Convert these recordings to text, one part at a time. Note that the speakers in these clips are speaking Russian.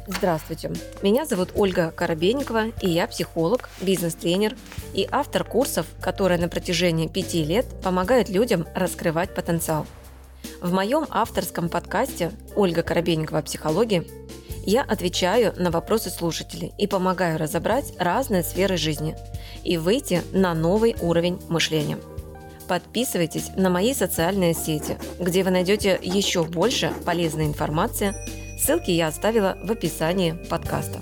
Здравствуйте, меня зовут Ольга Коробейникова, и я психолог, бизнес-тренер и автор курсов, которые на протяжении 5 лет помогают людям раскрывать потенциал. В моем авторском подкасте «Ольга Коробейникова о психологии» я отвечаю на вопросы слушателей и помогаю разобрать разные сферы жизни и выйти на новый уровень мышления. Подписывайтесь на мои социальные сети, где вы найдете еще больше полезной информации. Ссылки я оставила в описании подкаста.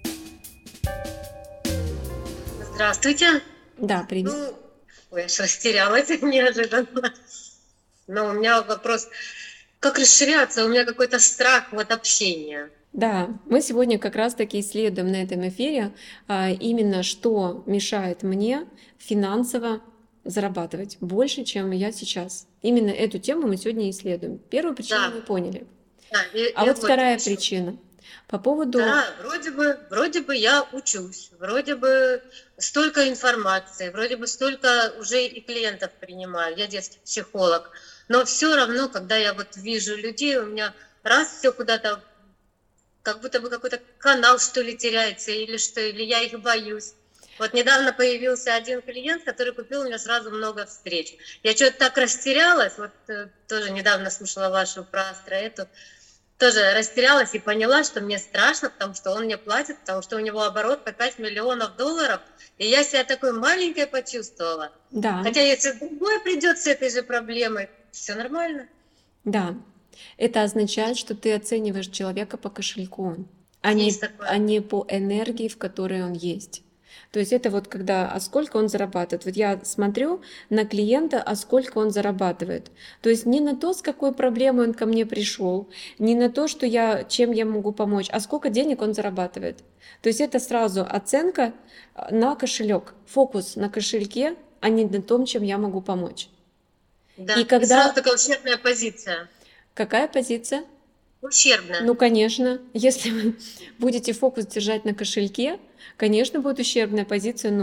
Здравствуйте. Да, привет. Я же растерялась неожиданно. Но у меня вопрос, как расширяться? У меня какой-то страх от общения. Да, мы сегодня как раз-таки исследуем на этом эфире именно что мешает мне финансово зарабатывать больше, чем я сейчас. Именно эту тему мы сегодня исследуем. Первую причину мы поняли. Да, А вот вторая причина. По поводу... Да, вроде бы я учусь, вроде бы столько информации, вроде бы столько уже и клиентов принимаю, я детский психолог. Но все равно, когда я вот вижу людей, у меня раз все куда-то, как будто бы какой-то канал, что ли, теряется, или что, или я их боюсь. Вот недавно появился один клиент, который купил у меня сразу много встреч. Я что-то так растерялась, вот тоже недавно слушала вашу про эту, тоже растерялась и поняла, что мне страшно, потому что он мне платит, потому что у него оборот по 5 миллионов долларов, и я себя такой маленькой почувствовала. Да. Хотя если другой придет с этой же проблемой, все нормально. Да, это означает, что ты оцениваешь человека по кошельку, а не по энергии, в которой он есть. То есть это вот когда, а сколько он зарабатывает. Вот я смотрю на клиента, а сколько он зарабатывает. То есть не на то, с какой проблемой он ко мне пришел, не на то, чем я могу помочь, а сколько денег он зарабатывает. То есть это сразу оценка на кошелек, фокус на кошельке, а не на том, чем я могу помочь. Да, и сразу такая ущербная позиция. Какая позиция? Ущербная. Ну, конечно, если вы будете фокус держать на кошельке, конечно, будет ущербная позиция.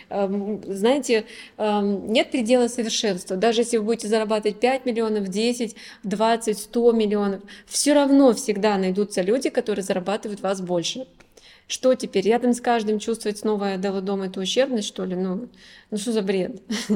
Знаете, нет предела совершенства. Даже если вы будете зарабатывать 5 миллионов, 10, 20, 100 миллионов, все равно всегда найдутся люди, которые зарабатывают вас больше. Что теперь? Рядом с каждым чувствовать снова дома эту ущербность, что ли? Ну что за бред?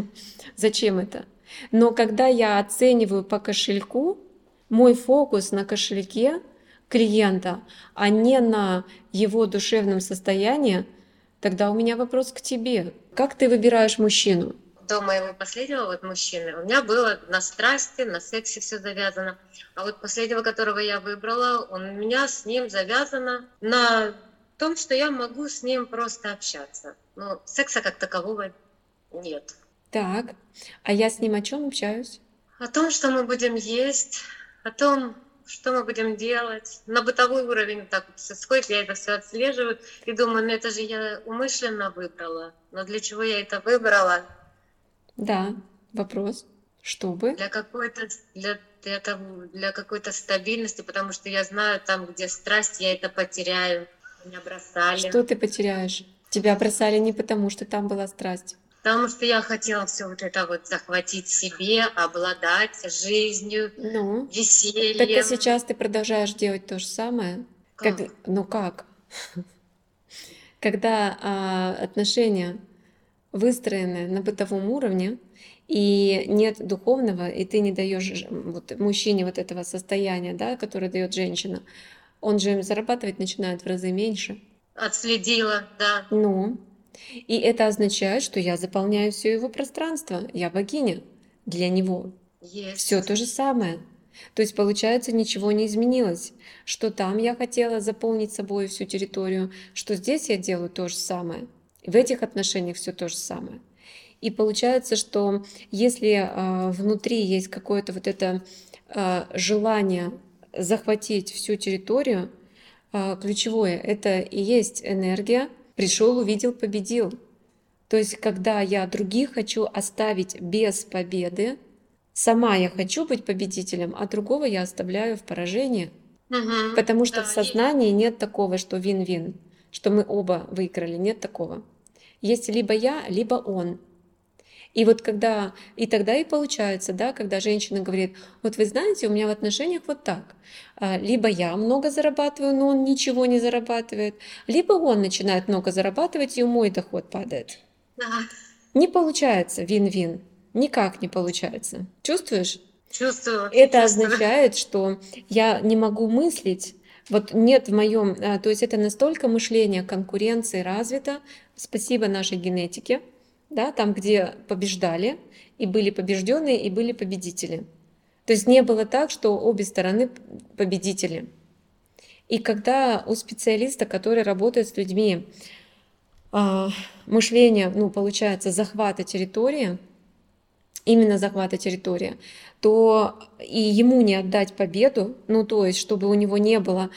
Зачем это? Но когда я оцениваю по кошельку, мой фокус на кошельке клиента, а не на его душевном состоянии, тогда у меня вопрос к тебе. Как ты выбираешь мужчину? До моего последнего мужчины у меня было на страсти, на сексе все завязано. А вот последнего, которого я выбрала, у меня с ним завязано на том, что я могу с ним просто общаться. Но секса как такового нет. Так, а я с ним о чем общаюсь? О том, что мы будем есть, о том, что мы будем делать. На бытовой уровень так вот сходит, я это все отслеживаю и думаю, это же я умышленно выбрала. Но для чего я это выбрала? Да, вопрос. Чтобы? Для какой-то стабильности, потому что я знаю, там, где страсть, я это потеряю. Меня бросали. Что ты потеряешь? Тебя бросали не потому, что там была страсть. Потому что я хотела все это захватить себе, обладать жизнью, весельем. Так сейчас ты продолжаешь делать то же самое? Как? Как? Когда отношения выстроены на бытовом уровне, и нет духовного, и ты не даешь мужчине этого состояния, да, которое дает женщина, он же зарабатывать начинает в разы меньше. Отследила, да. И это означает, что я заполняю все его пространство, я богиня для него. Все то же самое. То есть, получается, ничего не изменилось. Что там я хотела заполнить собой всю территорию, что здесь я делаю то же самое. В этих отношениях все то же самое. И получается, что если внутри есть какое-то это желание захватить всю территорию, ключевое — это и есть энергия «пришел, увидел, победил». То есть, когда я других хочу оставить без победы, сама я хочу быть победителем, а другого я оставляю в поражении. Потому что в сознании нет такого, что вин-вин, что мы оба выиграли, нет такого. Есть либо я, либо он. И вот когда, и тогда и получается, да, когда женщина говорит, вот вы знаете, у меня в отношениях вот так. Либо я много зарабатываю, но он ничего не зарабатывает, либо он начинает много зарабатывать, и мой доход падает. Ага, Не получается вин-вин. Никак не получается. Чувствуешь? чувствую, вообще Это чувствую. означает, что я не могу мыслить, вот нет в моем, то есть это настолько мышление конкуренции развито, спасибо нашей генетике, да, там, где побеждали, и были побежденные, и были победители. То есть не было так, что обе стороны победители. И когда у специалиста, который работает с людьми, мышление, ну, получается, захвата территории, именно захвата территории, то и ему не отдать победу, ну то есть, чтобы у него не было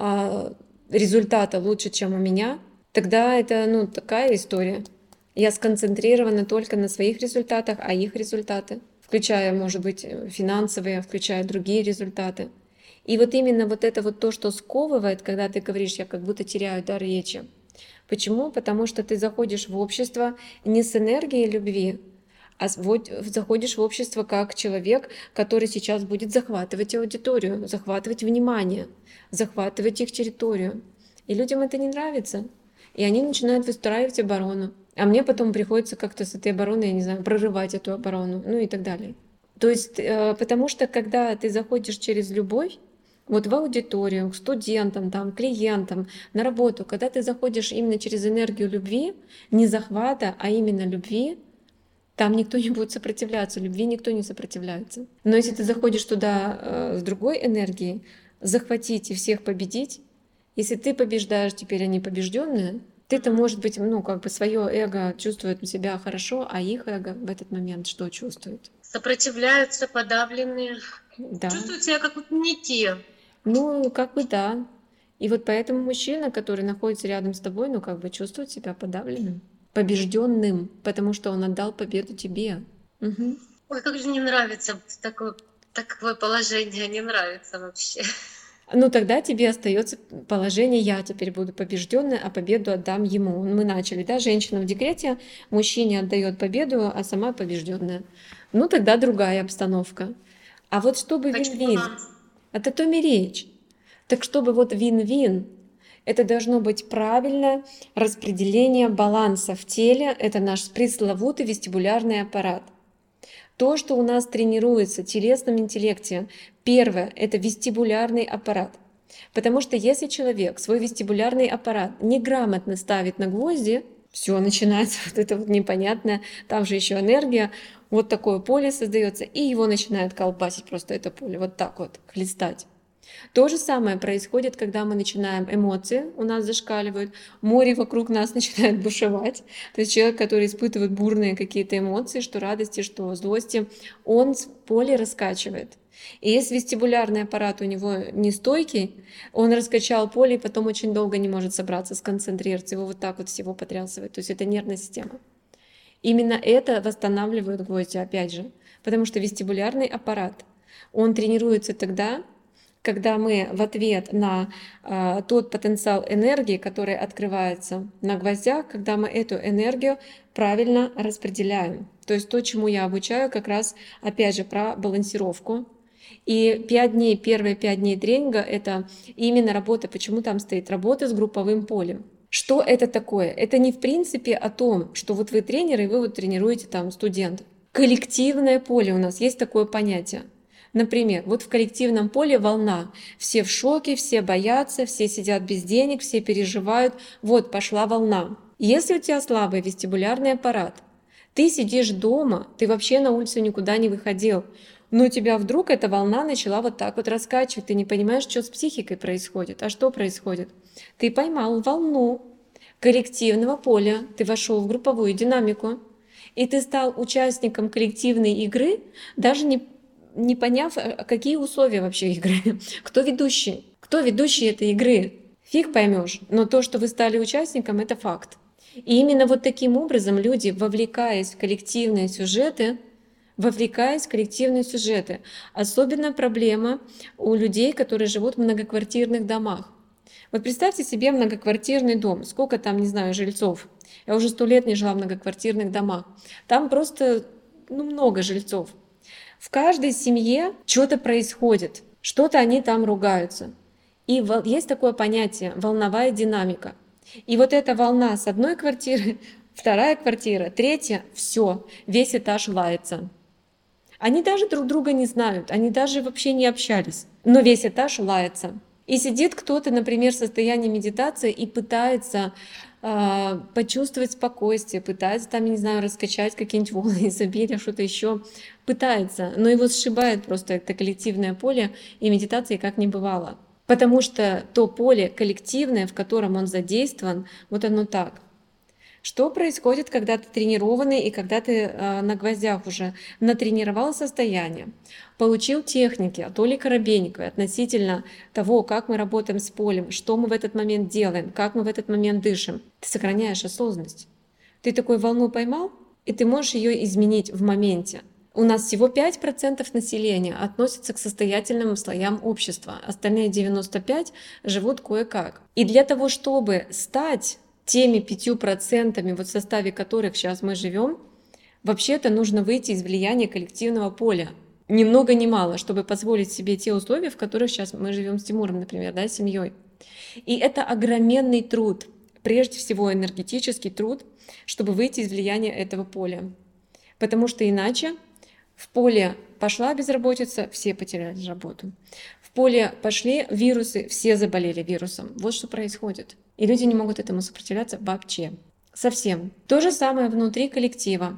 результата лучше, чем у меня, тогда это, ну, такая история. Я сконцентрирована только на своих результатах, а их результаты, включая, может быть, финансовые, включая другие результаты. И вот именно вот это вот то, что сковывает, когда ты говоришь, я как будто теряю дар речи. Почему? Потому что ты заходишь в общество не с энергией любви, а заходишь в общество как человек, который сейчас будет захватывать аудиторию, захватывать внимание, захватывать их территорию. И людям это не нравится. И они начинают выстраивать оборону. А мне потом приходится как-то с этой обороной, я не знаю, прорывать эту оборону, ну и так далее. То есть, потому что когда ты заходишь через любовь, вот в аудиторию, к студентам, там, клиентам, на работу, когда ты заходишь именно через энергию любви, не захвата, а именно любви, там никто не будет сопротивляться, любви никто не сопротивляется. Но если ты заходишь туда с другой энергией, захватить и всех победить, если ты побеждаешь, теперь они побежденные, ты-то, может быть, ну, как бы свое эго чувствует себя хорошо, а их эго в этот момент что чувствует? Сопротивляются, подавленные. Да. Чувствуют себя как вот не те. Ну, как бы да. И вот поэтому мужчина, который находится рядом с тобой, ну, как бы чувствует себя подавленным, побежденным, потому что он отдал победу тебе. Угу. Ой, как же не нравится такое положение, не нравится вообще. Ну, тогда тебе остается положение, я теперь буду побежденная, а победу отдам ему. Мы начали, да, женщина в декрете, мужчине отдает победу, а сама побежденная. Ну, тогда другая обстановка. А вот чтобы Хочу вин-вин, баланс. о том и речь. Так чтобы вот вин-вин, это должно быть правильное распределение баланса в теле, это наш пресловутый вестибулярный аппарат. То, что у нас тренируется в телесном интеллекте, первое– это вестибулярный аппарат. Потому что если человек свой вестибулярный аппарат неграмотно ставит на гвозди, все начинается вот это вот непонятное, там же еще энергия, вот такое поле создается, и его начинает колбасить просто это поле, вот так вот, хлестать. То же самое происходит, когда мы начинаем эмоции, у нас зашкаливают, море вокруг нас начинает бушевать. То есть человек, который испытывает бурные какие-то эмоции, что радости, что злости, он поле раскачивает. И если вестибулярный аппарат у него нестойкий, он раскачал поле и потом очень долго не может собраться, сконцентрироваться, его вот так вот всего потрясывает. То есть это нервная система. Именно это восстанавливает гвозди, опять же, потому что вестибулярный аппарат, он тренируется тогда, когда мы в ответ на тот потенциал энергии, который открывается на гвоздях, когда мы эту энергию правильно распределяем. То есть то, чему я обучаю, как раз, опять же, про балансировку. И 5 дней, первые 5 дней тренинга — это именно работа, почему там стоит работа с групповым полем. Что это такое? Это не в принципе о том, что вот вы тренер, и вы вот тренируете там студентов. Коллективное поле у нас есть такое понятие. Например, вот в коллективном поле волна. Все в шоке, все боятся, все сидят без денег, все переживают. Вот пошла волна. Если у тебя слабый вестибулярный аппарат, ты сидишь дома, ты вообще на улицу никуда не выходил, но у тебя вдруг эта волна начала вот так вот раскачивать. Ты не понимаешь, что с психикой происходит. А что происходит? Ты поймал волну коллективного поля, ты вошел в групповую динамику, и ты стал участником коллективной игры, даже не поняв, какие условия вообще игры, кто ведущий этой игры, фиг поймешь, но то, что вы стали участником, это факт. И именно вот таким образом люди, вовлекаясь в коллективные сюжеты, особенно проблема у людей, которые живут в многоквартирных домах. Вот представьте себе многоквартирный дом, сколько там, не знаю, жильцов. Я уже 100 лет не жила в многоквартирных домах. Там просто много жильцов. В каждой семье что-то происходит, что-то они там ругаются. И есть такое понятие волновая динамика. И вот эта волна с одной квартиры, вторая квартира, третья, все, весь этаж лается. Они даже друг друга не знают, они даже вообще не общались, но весь этаж лается. И сидит кто-то, например, в состоянии медитации и пытается почувствовать спокойствие, пытается там, я не знаю, раскачать какие-нибудь волны изобилия, что-то еще пытается, но его сшибает просто это коллективное поле, и медитации как не бывало. Потому что то поле коллективное, в котором он задействован, вот оно так. Что происходит, когда ты тренированный и когда ты на гвоздях уже натренировал состояние, получил техники от Оли Коробейниковой относительно того, как мы работаем с полем, что мы в этот момент делаем, как мы в этот момент дышим, ты сохраняешь осознанность. Ты такую волну поймал, и ты можешь ее изменить в моменте. У нас всего 5% населения относятся к состоятельным слоям общества, остальные 95% живут кое-как. И для того, чтобы стать теми 5%, вот в составе которых сейчас мы живем, вообще-то нужно выйти из влияния коллективного поля. Ни много ни мало, чтобы позволить себе те условия, в которых сейчас мы живем с Тимуром, например, да, с семьей. И это огроменный труд, прежде всего энергетический труд, чтобы выйти из влияния этого поля. Потому что иначе в поле пошла безработица, все потеряли работу. В поле пошли вирусы, все заболели вирусом. Вот что происходит. И люди не могут этому сопротивляться вообще. Совсем. То же самое внутри коллектива.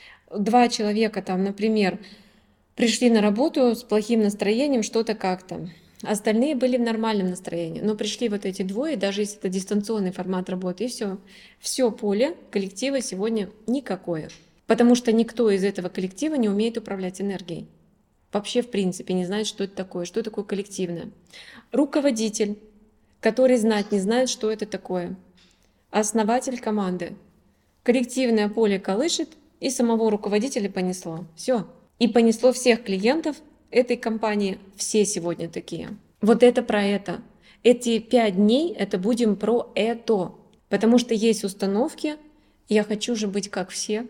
2 человека там, например, пришли на работу с плохим настроением, что-то как-то. Остальные были в нормальном настроении. Но пришли вот эти 2, даже если это дистанционный формат работы, и все. Все поле коллектива сегодня никакое. Потому что никто из этого коллектива не умеет управлять энергией. Вообще, в принципе, не знает, что такое коллективное. Руководитель, который знать не знает, что это такое. Основатель команды. Коллективное поле колышет, и самого руководителя понесло. Все. И понесло всех клиентов этой компании. Все сегодня такие. Вот это про это. Эти 5 дней это будем про это. Потому что есть установки. Я хочу же быть как все.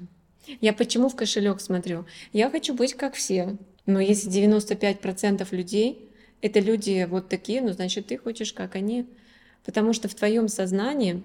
Я почему в кошелек смотрю? Я хочу быть как все. Но если 95% людей это люди вот такие, ну значит ты хочешь как они. Потому что в твоем сознании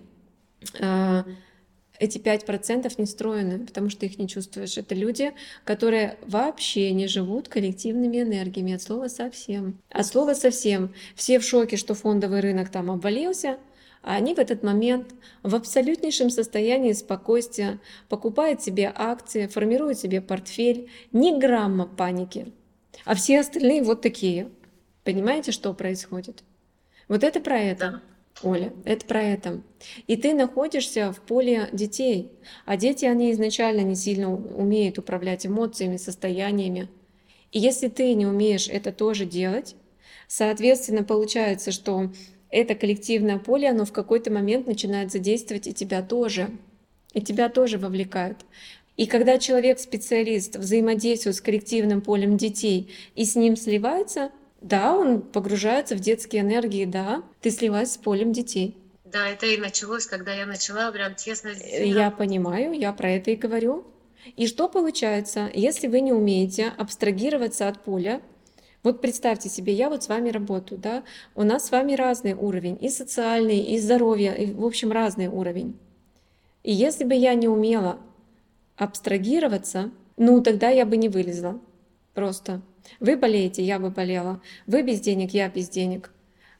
эти 5% не встроены, потому что ты их не чувствуешь. Это люди, которые вообще не живут коллективными энергиями от слова совсем. От слова совсем. Все в шоке, что фондовый рынок там обвалился, а они в этот момент в абсолютнейшем состоянии спокойствия покупают себе акции, формируют себе портфель, ни грамма паники. А все остальные вот такие. Понимаете, что происходит? Вот это про это, Оля, это про это. И ты находишься в поле детей. А дети, они изначально не сильно умеют управлять эмоциями, состояниями. И если ты не умеешь это тоже делать, соответственно, получается, что это коллективное поле, оно в какой-то момент начинает задействовать и тебя тоже. И тебя тоже вовлекает. И когда человек-специалист взаимодействует с коллективным полем детей и с ним сливается, да, он погружается в детские энергии, да, ты сливаешься с полем детей. Да, это и началось, когда я начала прям тесно с детьми Я работать. понимаю, я про это и говорю. И что получается, если вы не умеете абстрагироваться от поля? Вот представьте себе, я вот с вами работаю, да, у нас с вами разный уровень, и социальный, и здоровье, и, в общем, разный уровень. И если бы я не умела абстрагироваться, ну тогда я бы не вылезла. Просто. Вы болеете, я бы болела. Вы без денег, я без денег.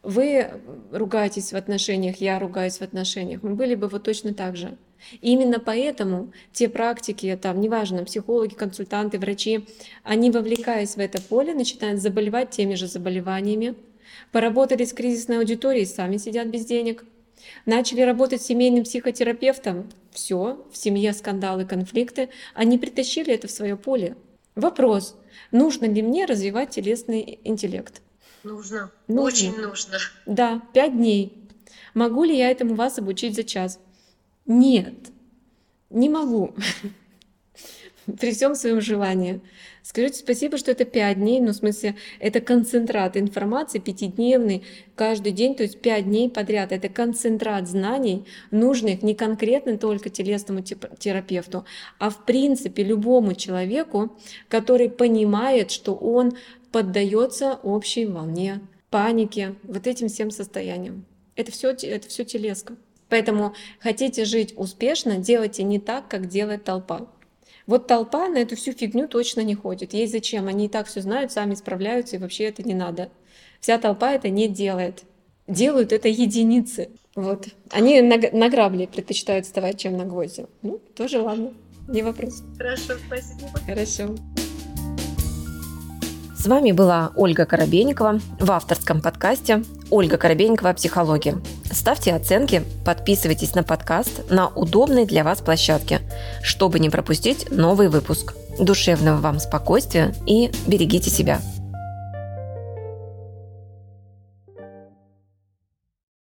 Вы ругаетесь в отношениях, я ругаюсь в отношениях. Мы были бы вот точно так же. И именно поэтому те практики, там, неважно, психологи, консультанты, врачи, они, вовлекаясь в это поле, начинают заболевать теми же заболеваниями. Поработали с кризисной аудиторией, сами сидят без денег. Начали работать с семейным психотерапевтом, все, в семье скандалы, конфликты. Они притащили это в свое поле. Вопрос, нужно ли мне развивать телесный интеллект? Нужно, Нужно. очень нужно. Да, 5 дней. Могу ли я этому вас обучить за час? Нет, не могу. при всем своем желании. Скажите спасибо, что это 5 дней, ну, в смысле, это концентрат информации 5-дневный, каждый день, то есть 5 дней подряд. Это концентрат знаний, нужных не конкретно только телесному терапевту, а в принципе любому человеку, который понимает, что он поддается общей волне, панике, вот этим всем состояниям. Это все телеска. Поэтому хотите жить успешно, делайте не так, как делает толпа. Вот толпа на эту всю фигню точно не ходит. Ей зачем? Они и так все знают, сами справляются, и вообще это не надо. Вся толпа это не делает. Делают это единицы. Вот. Они на грабли предпочитают вставать, чем на гвозди. Ну, тоже ладно, не вопрос. Хорошо, спасибо. Хорошо. С вами была Ольга Коробейникова в авторском подкасте «Ольга Коробейникова. Психология». Ставьте оценки, подписывайтесь на подкаст на удобной для вас площадке, чтобы не пропустить новый выпуск. Душевного вам спокойствия и берегите себя.